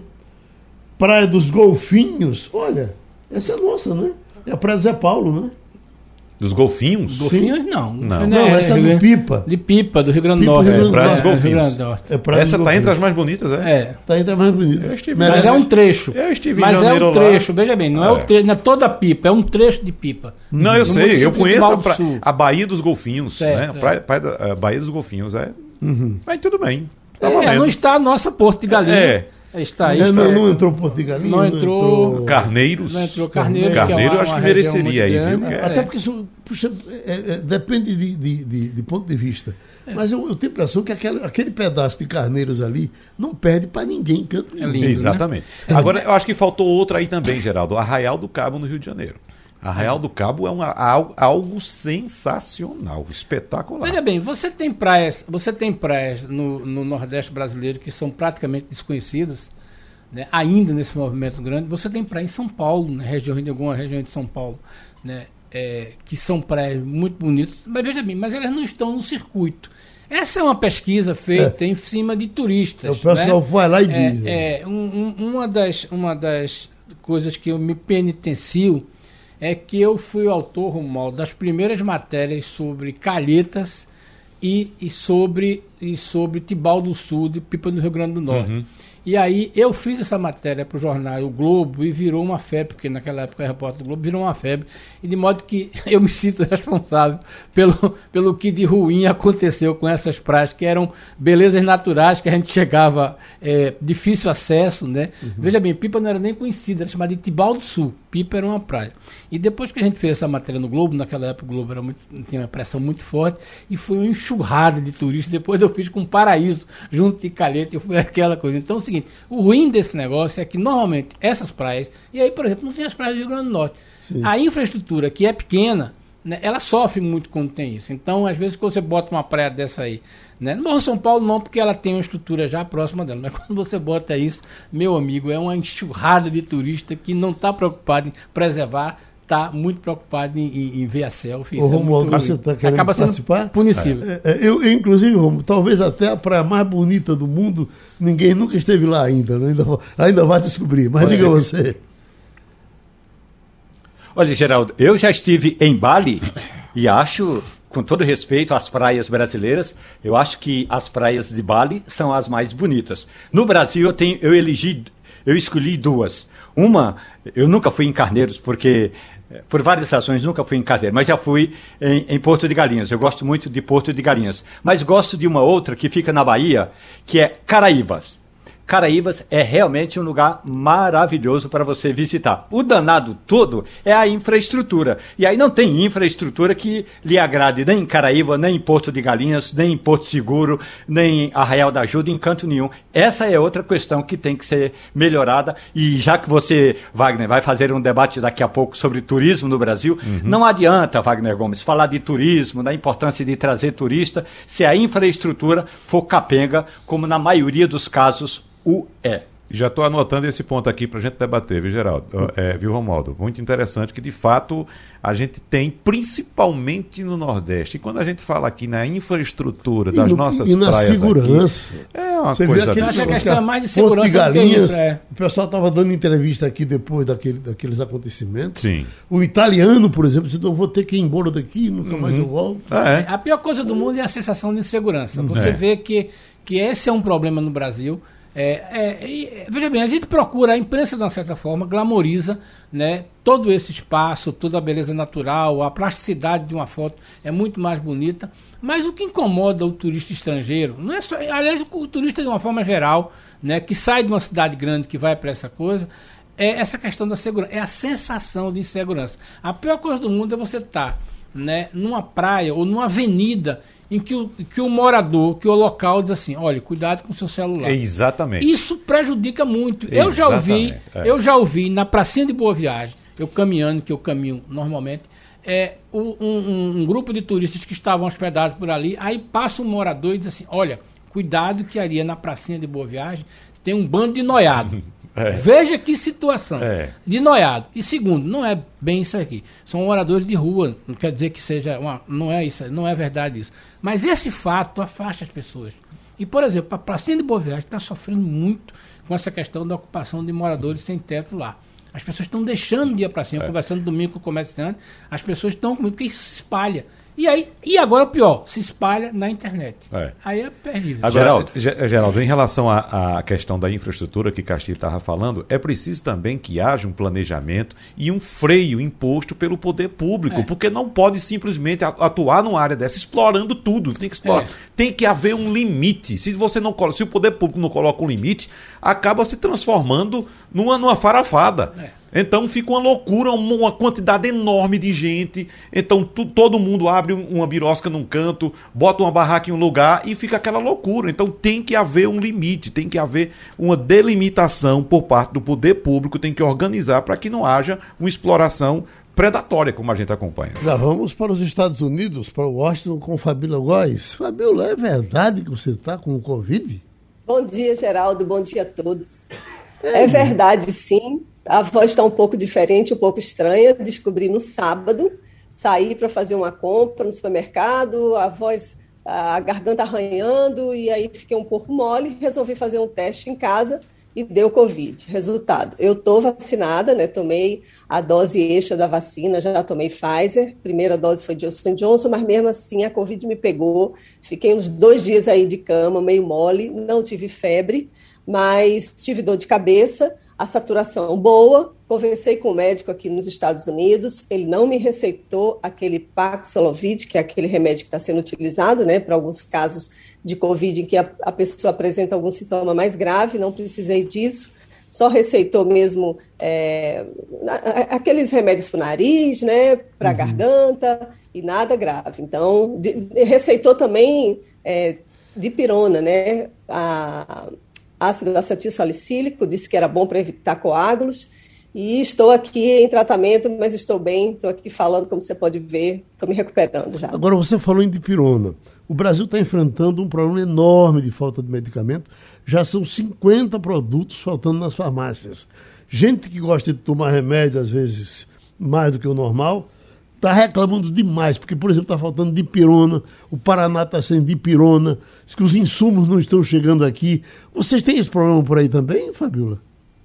Praia dos Golfinhos, olha, essa é nossa, né? É a Praia do Zé Paulo, né? Dos golfinhos? Golfinhos não. Não, essa é do Pipa. De Pipa, do Rio Grande do Pipa, Norte. Rio Grande do Praia dos Norte. Golfinhos. Rio Grande do Norte. Essa tá entre as mais bonitas, é? Tá entre as mais bonitas. Mas é um trecho. Eu estive em Mas é janeiro um trecho, lá. veja bem, não é o trecho, não é toda a Pipa, é um trecho de Pipa. Não, eu No sei, município eu de conheço Tibau do Sul. a Baía dos Golfinhos, Certo, né? A Baía dos Golfinhos, Mas tudo bem. Tá não valendo. está a nossa Porto de Galinha. Está aí. Não entrou Porto de Galinha? Não entrou Carneiros. Não entrou Carneiros, Carneiro, que é uma acho que região mereceria aí, muito viu? grande. Até porque isso, puxa, depende de ponto de vista. Mas eu tenho a impressão que aquele pedaço de Carneiros ali não perde para ninguém em canto nenhum. lindo, Exatamente. Agora, eu acho que faltou outra aí também, Geraldo. Arraial do Cabo, no Rio de Janeiro. Arraial do Cabo é algo sensacional, espetacular. Veja bem, você tem praias no Nordeste brasileiro que são praticamente desconhecidas, né, ainda nesse movimento grande. Você tem praias em São Paulo, na região de alguma região de São Paulo, né, que são praias muito bonitas, mas veja bem, mas elas não estão no circuito. Essa é uma pesquisa feita em cima de turistas. O pessoal vai lá e diz. Uma das coisas que eu me penitencio é que eu fui o autor, Romualdo, das primeiras matérias sobre calhetas e sobre Tibau do Sul, de Pipa do Rio Grande do Norte. Uhum. E aí eu fiz essa matéria para o jornal O Globo e virou uma febre, porque naquela época o repórter do Globo virou uma febre, e de modo que eu me sinto responsável pelo que de ruim aconteceu com essas praias, que eram belezas naturais, que a gente chegava, difícil acesso, né? Uhum. Veja bem, Pipa não era nem conhecida, era chamada de Tibau do Sul. Pipa era uma praia. E depois que a gente fez essa matéria no Globo, naquela época o Globo tinha uma pressão muito forte, e foi uma enxurrada de turistas. Depois eu fiz com Paraíso, junto de Calheta, e foi aquela coisa. Então é o seguinte, o ruim desse negócio é que normalmente essas praias, e aí, por exemplo, não tem as praias do Rio Grande do Norte. Sim. A infraestrutura, que é pequena, né, ela sofre muito quando tem isso. Então, às vezes, quando você bota uma praia dessa aí, né, no Morro São Paulo não, porque ela tem uma estrutura já próxima dela, mas quando você bota isso, meu amigo, é uma enxurrada de turista que não está preocupado em preservar, está muito preocupado em ver a selfie. Ô, Romualdo, você está querendo acaba sendo participar? Punitivo. Eu, inclusive, Romualdo, talvez até a praia mais bonita do mundo, ninguém nunca esteve lá ainda, né? Ainda vai descobrir, mas diga você. Olha, Geraldo, eu já estive em Bali e acho, com todo respeito às praias brasileiras, eu acho que as praias de Bali são as mais bonitas. No Brasil, eu escolhi duas. Uma, eu nunca fui em Carneiros, porque por várias razões nunca fui em Carneiros, mas já fui em Porto de Galinhas. Eu gosto muito de Porto de Galinhas, mas gosto de uma outra que fica na Bahia, que é Caraívas. Caraívas é realmente um lugar maravilhoso para você visitar. O danado todo é a infraestrutura. E aí não tem infraestrutura que lhe agrade nem em Caraíva, nem em Porto de Galinhas, nem em Porto Seguro, nem em Arraial da Ajuda, em canto nenhum. Essa é outra questão que tem que ser melhorada. E já que você, Wagner, vai fazer um debate daqui a pouco sobre turismo no Brasil, não adianta, Wagner Gomes, falar de turismo, da importância de trazer turista, se a infraestrutura for capenga, como na maioria dos casos Já estou anotando esse ponto aqui para a gente debater, viu, Geraldo? Viu, Romualdo? Muito interessante que, de fato, a gente tem, principalmente no Nordeste. E quando a gente fala aqui na infraestrutura das nossas e na praias segurança. Aqui, é uma você coisa... Vê Eu acho que a questão é mais de Porto de segurança Galinhas, do que o pessoal estava dando entrevista aqui depois daqueles acontecimentos. Sim. O italiano, por exemplo, disse, eu vou ter que ir embora daqui, nunca mais eu volto. A pior coisa do mundo é a sensação de insegurança. Você vê que esse é um problema no Brasil. Veja bem, a gente procura, a imprensa de uma certa forma glamoriza, né, todo esse espaço, toda a beleza natural, a plasticidade de uma foto é muito mais bonita, mas o que incomoda o turista estrangeiro, não é só, aliás, o turista de uma forma geral, né, que sai de uma cidade grande, que vai para essa coisa, é essa questão da segurança, é a sensação de insegurança. A pior coisa do mundo é você estar, né, numa praia ou numa avenida em que o morador, que o local diz assim, olha, cuidado com o seu celular. Exatamente. Isso prejudica muito. Exatamente. Eu já ouvi na pracinha de Boa Viagem, eu caminhando, que eu caminho normalmente, um grupo de turistas que estavam hospedados por ali, aí passa um morador e diz assim, olha, cuidado que ali na pracinha de Boa Viagem tem um bando de noiado. Veja que situação de noiado. E segundo, não é bem isso aqui. São moradores de rua. Não quer dizer que seja não é isso, não é verdade isso. Mas esse fato afasta as pessoas. E, por exemplo, a pracinha de Boa Viagem está sofrendo muito com essa questão da ocupação de moradores sem teto lá. As pessoas estão deixando de ir para cima, conversando domingo com o comerciante, as pessoas estão com medo, porque isso se espalha. E agora o pior, se espalha na internet. Aí é terrível. Geraldo, em relação à questão da infraestrutura que Castilho estava falando, é preciso também que haja um planejamento e um freio imposto pelo poder público, porque não pode simplesmente atuar numa área dessa explorando tudo. Tem que explorar. Tem que haver um limite. Se o poder público não coloca um limite, acaba se transformando numa farofada. Então fica uma loucura, uma quantidade enorme de gente. Então todo mundo abre uma birosca num canto, bota uma barraca em um lugar e fica aquela loucura. Então tem que haver um limite, tem que haver uma delimitação por parte do poder público, tem que organizar para que não haja uma exploração predatória, como a gente acompanha. Já vamos para os Estados Unidos, para Washington, com Fabíola Góes. Fabíola, é verdade que você está com o Covid? Bom dia, Geraldo. Bom dia a todos. É verdade, sim. A voz está um pouco diferente, um pouco estranha. Descobri no sábado, saí para fazer uma compra no supermercado, a garganta arranhando, e aí fiquei um pouco mole, resolvi fazer um teste em casa e deu Covid. Resultado, eu estou vacinada, né? Tomei a dose extra da vacina, já tomei Pfizer, primeira dose foi Johnson & Johnson, mas mesmo assim a Covid me pegou, fiquei uns 2 dias aí de cama, meio mole, não tive febre, mas tive dor de cabeça, a saturação boa, conversei com o médico aqui nos Estados Unidos, ele não me receitou aquele Paxlovid, que é aquele remédio que está sendo utilizado, né, para alguns casos de Covid em que a pessoa apresenta algum sintoma mais grave, não precisei disso, só receitou mesmo aqueles remédios para o nariz, né, para a garganta, e nada grave. Então, receitou também dipirona, né, ácido acetil salicílico, disse que era bom para evitar coágulos, e estou aqui em tratamento, mas estou bem, estou aqui falando, como você pode ver, estou me recuperando já. Agora, você falou em dipirona. O Brasil está enfrentando um problema enorme de falta de medicamento, já são 50 produtos faltando nas farmácias. Gente que gosta de tomar remédio, às vezes mais do que o normal, está reclamando demais, porque, por exemplo, está faltando dipirona, o Paraná está sem dipirona, que os insumos não estão chegando aqui. Vocês têm esse problema por aí também, Fabíola?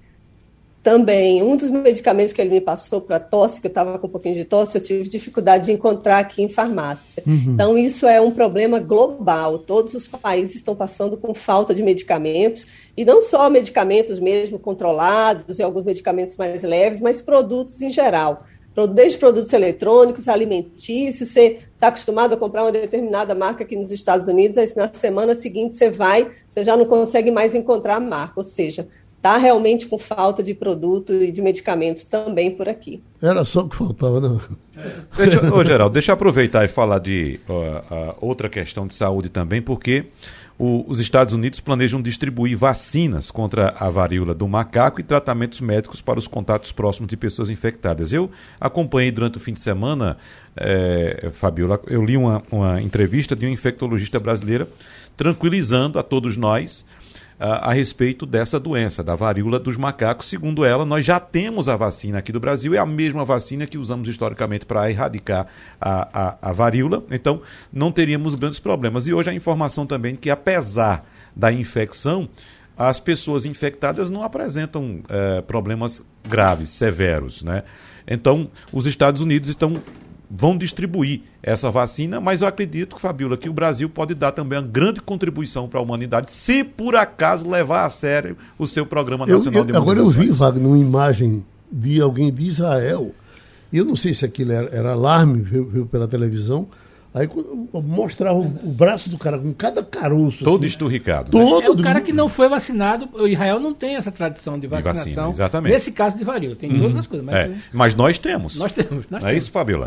Também. Um dos medicamentos que ele me passou para tosse, que eu estava com um pouquinho de tosse, eu tive dificuldade de encontrar aqui em farmácia. Então, isso é um problema global. Todos os países estão passando com falta de medicamentos, e não só medicamentos mesmo controlados e alguns medicamentos mais leves, mas produtos em geral. Desde produtos eletrônicos, alimentícios, você está acostumado a comprar uma determinada marca aqui nos Estados Unidos, aí na semana seguinte você já não consegue mais encontrar a marca, ou seja, está realmente com falta de produto e de medicamentos também por aqui. Era só o que faltava, não? Geraldo, deixa eu aproveitar e falar de outra questão de saúde também, porque os Estados Unidos planejam distribuir vacinas contra a varíola do macaco e tratamentos médicos para os contatos próximos de pessoas infectadas. Eu acompanhei durante o fim de semana, Fabiola, eu li uma entrevista de uma infectologista brasileira tranquilizando a todos nós a respeito dessa doença, da varíola dos macacos. Segundo ela, nós já temos a vacina aqui do Brasil, é a mesma vacina que usamos historicamente para erradicar a varíola, então não teríamos grandes problemas. E hoje a informação também que, apesar da infecção, as pessoas infectadas não apresentam problemas graves, severos, né? Então, os Estados Unidos vão distribuir essa vacina, mas eu acredito, Fabíola, que o Brasil pode dar também uma grande contribuição para a humanidade, se por acaso levar a sério o seu Programa Nacional de Imunizações. Agora eu vi, Wagner, uma imagem de alguém de Israel, e eu não sei se aquilo era alarme, viu pela televisão, aí mostrava o braço do cara com cada caroço. Todo assim, esturricado. Todo, é o cara que não foi vacinado. O Israel não tem essa tradição de vacinação. Vacina, exatamente. Nesse caso de varíola, tem todas as coisas. Mas nós temos. Nós temos. É isso, Fabíola?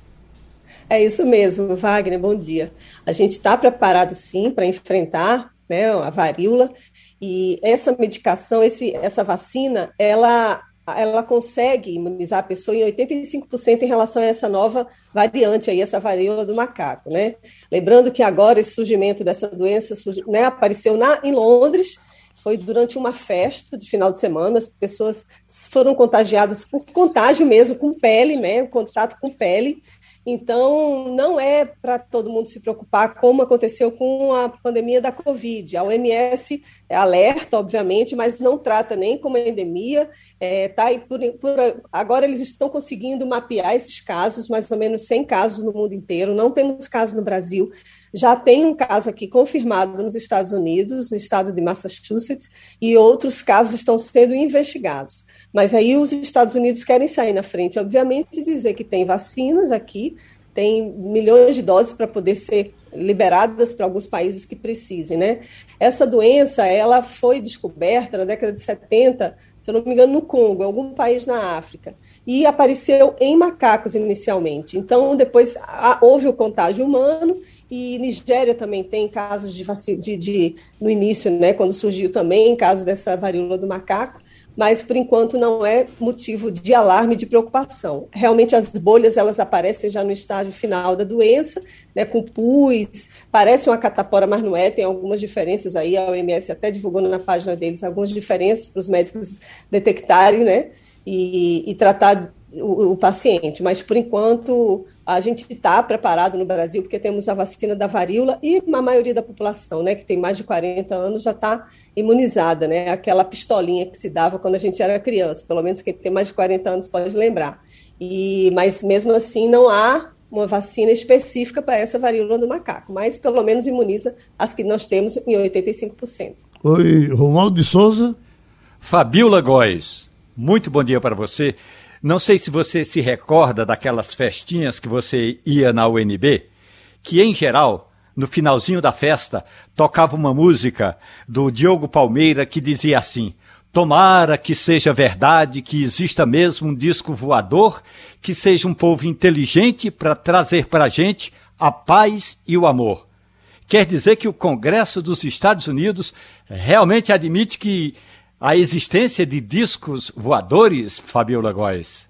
É isso mesmo, Wagner, bom dia. A gente está preparado, sim, para enfrentar, né, a varíola, e essa medicação, essa vacina, ela consegue imunizar a pessoa em 85% em relação a essa nova variante, aí, essa varíola do macaco, né? Lembrando que agora esse surgimento dessa doença apareceu em Londres, foi durante uma festa de final de semana, as pessoas foram contagiadas por contágio mesmo, com pele, né, contato com pele, Então, não é para todo mundo se preocupar como aconteceu com a pandemia da Covid. A OMS alerta, obviamente, mas não trata nem como endemia. Agora eles estão conseguindo mapear esses casos, mais ou menos 100 casos no mundo inteiro. Não temos casos no Brasil. Já tem um caso aqui confirmado nos Estados Unidos, no estado de Massachusetts, e outros casos estão sendo investigados. Mas aí os Estados Unidos querem sair na frente, obviamente, e dizer que tem vacinas aqui, tem milhões de doses para poder ser liberadas para alguns países que precisem, né? Essa doença, ela foi descoberta na década de 70, se eu não me engano, no Congo, em algum país na África, e apareceu em macacos inicialmente. Então, depois houve o contágio humano, e Nigéria também tem casos no início, né, quando surgiu também casos dessa varíola do macaco, mas por enquanto não é motivo de alarme, de preocupação. Realmente as bolhas, elas aparecem já no estágio final da doença, né, com pus, parece uma catapora, mas não é, tem algumas diferenças aí, a OMS até divulgou na página deles algumas diferenças para os médicos detectarem, né, e tratar o paciente, mas por enquanto a gente está preparado no Brasil, porque temos a vacina da varíola e a maioria da população, né, que tem mais de 40 anos, já está imunizada, né, aquela pistolinha que se dava quando a gente era criança, pelo menos quem tem mais de 40 anos pode lembrar, mas mesmo assim não há uma vacina específica para essa varíola do macaco, mas pelo menos imuniza as que nós temos em 85%. Oi, Romualdo de Souza. Fabiola Góes, muito bom dia para você. Não sei se você se recorda daquelas festinhas que você ia na UNB, que em geral, no finalzinho da festa, tocava uma música do Diogo Palmeira que dizia assim: tomara que seja verdade, que exista mesmo um disco voador, que seja um povo inteligente para trazer para a gente a paz e o amor. Quer dizer que o Congresso dos Estados Unidos realmente admite que a existência de discos voadores, Fabiola Góes?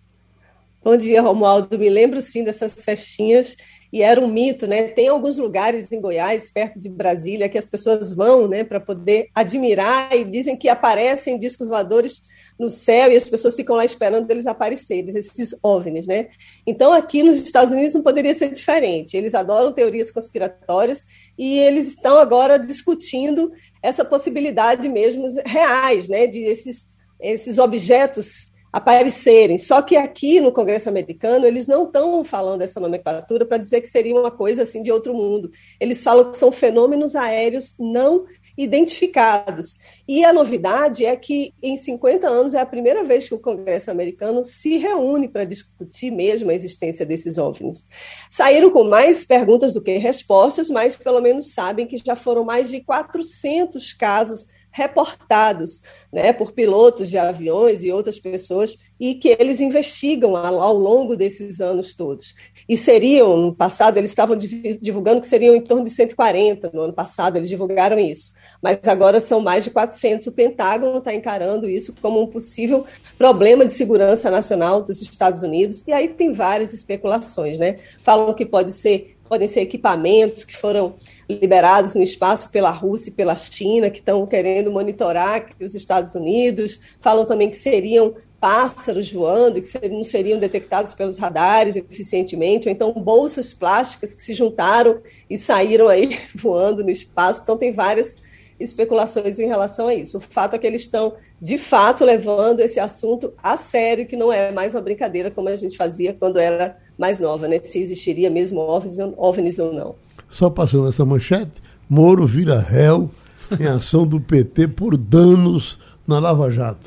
Bom dia, Romualdo. Me lembro, sim, dessas festinhas, e era um mito, né? Tem alguns lugares em Goiás, perto de Brasília, que as pessoas vão, né, para poder admirar, e dizem que aparecem discos voadores no céu e as pessoas ficam lá esperando eles aparecerem, esses OVNIs, né? Então, aqui nos Estados Unidos não poderia ser diferente. Eles adoram teorias conspiratórias e eles estão agora discutindo essa possibilidade mesmo reais, né, de esses objetos aparecerem. Só que aqui no Congresso americano eles não estão falando essa nomenclatura para dizer que seria uma coisa assim de outro mundo. Eles falam que são fenômenos aéreos não identificados. E a novidade é que em 50 anos é a primeira vez que o Congresso americano se reúne para discutir mesmo a existência desses OVNIs. Saíram com mais perguntas do que respostas, mas pelo menos sabem que já foram mais de 400 casos reportados, né, por pilotos de aviões e outras pessoas, e que eles investigam ao longo desses anos todos. E seriam, no passado, eles estavam divulgando que seriam em torno de 140, no ano passado eles divulgaram isso, mas agora são mais de 400. O Pentágono está encarando isso como um possível problema de segurança nacional dos Estados Unidos, e aí tem várias especulações, né? Falam que podem ser equipamentos que foram liberados no espaço pela Rússia e pela China, que estão querendo monitorar os Estados Unidos. Falam também que seriam pássaros voando, que não seriam detectados pelos radares eficientemente, ou então bolsas plásticas que se juntaram e saíram aí voando no espaço. Então tem várias especulações em relação a isso. O fato é que eles estão, de fato, levando esse assunto a sério, que não é mais uma brincadeira como a gente fazia quando era mais nova, né? Se existiria mesmo OVNIs ou não. Só passando essa manchete, Moro vira réu em ação do PT por danos na Lava Jato.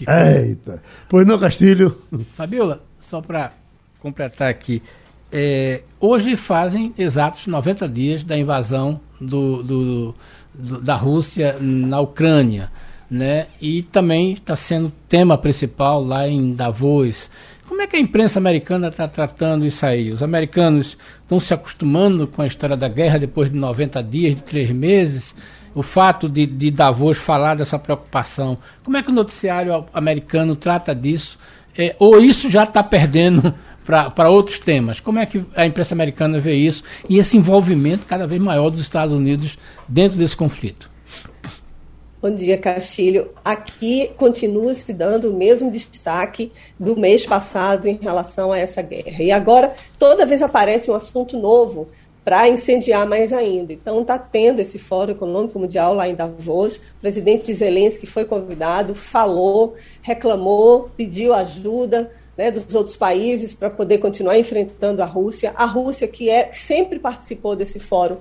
Eita! Pois não, Castilho? Fabiola, só para completar aqui, hoje fazem exatos 90 dias da invasão da Rússia na Ucrânia, né? E também está sendo tema principal lá em Davos. Como é que a imprensa americana está tratando isso aí? Os americanos estão se acostumando com a história da guerra depois de 90 dias, de 3 meses? O fato de Davos falar dessa preocupação, como é que o noticiário americano trata disso? Ou isso já está perdendo para outros temas? Como é que a imprensa americana vê isso e esse envolvimento cada vez maior dos Estados Unidos dentro desse conflito? Bom dia, Castilho. Aqui continua se dando o mesmo destaque do mês passado em relação a essa guerra. E agora, toda vez aparece um assunto novo para incendiar mais ainda. Então, está tendo esse Fórum Econômico Mundial lá em Davos. O presidente Zelensky foi convidado, falou, reclamou, pediu ajuda, né, dos outros países para poder continuar enfrentando a Rússia. A Rússia, que sempre participou desse fórum,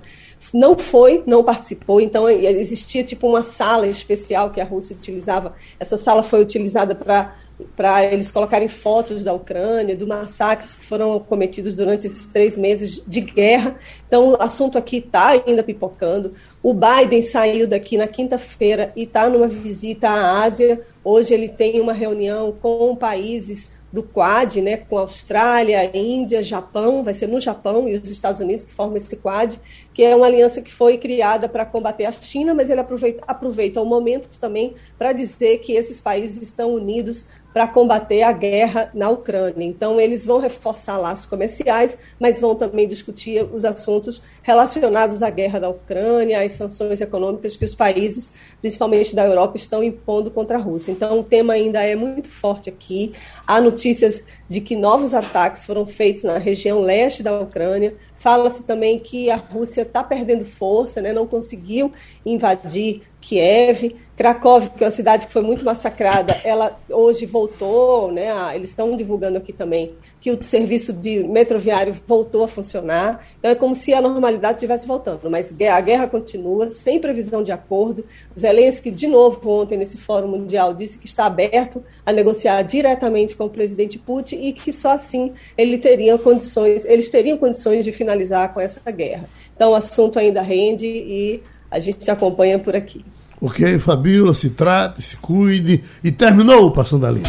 não participou, então existia tipo uma sala especial que a Rússia utilizava. Essa sala foi utilizada para eles colocarem fotos da Ucrânia, dos massacres que foram cometidos durante esses 3 meses de guerra. Então, o assunto aqui está ainda pipocando. O Biden saiu daqui na quinta-feira e está numa visita à Ásia. Hoje ele tem uma reunião com países do Quad, né, com a Austrália, Índia, Japão, vai ser no Japão e os Estados Unidos que formam esse Quad, que é uma aliança que foi criada para combater a China, mas ele aproveita o momento também para dizer que esses países estão unidos para combater a guerra na Ucrânia. Então, eles vão reforçar laços comerciais, mas vão também discutir os assuntos relacionados à guerra da Ucrânia, às sanções econômicas que os países, principalmente da Europa, estão impondo contra a Rússia. Então, o tema ainda é muito forte aqui. Há notícias de que novos ataques foram feitos na região leste da Ucrânia. Fala-se também que a Rússia está perdendo força, né, não conseguiu invadir Kiev. Cracóvia, que é uma cidade que foi muito massacrada, ela hoje voltou, né, eles estão divulgando aqui também que o serviço de metroviário voltou a funcionar. Então é como se a normalidade estivesse voltando, mas a guerra continua, sem previsão de acordo. O Zelensky, de novo, ontem nesse Fórum Mundial, disse que está aberto a negociar diretamente com o presidente Putin e que só assim eles teriam condições de finalizar com essa guerra. Então o assunto ainda rende e a gente acompanha por aqui. Ok, Fabíola, se trate, se cuide. E terminou o Passando a Limpo.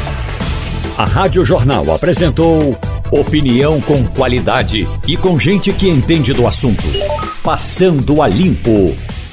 A Rádio Jornal apresentou opinião com qualidade e com gente que entende do assunto. Passando a Limpo.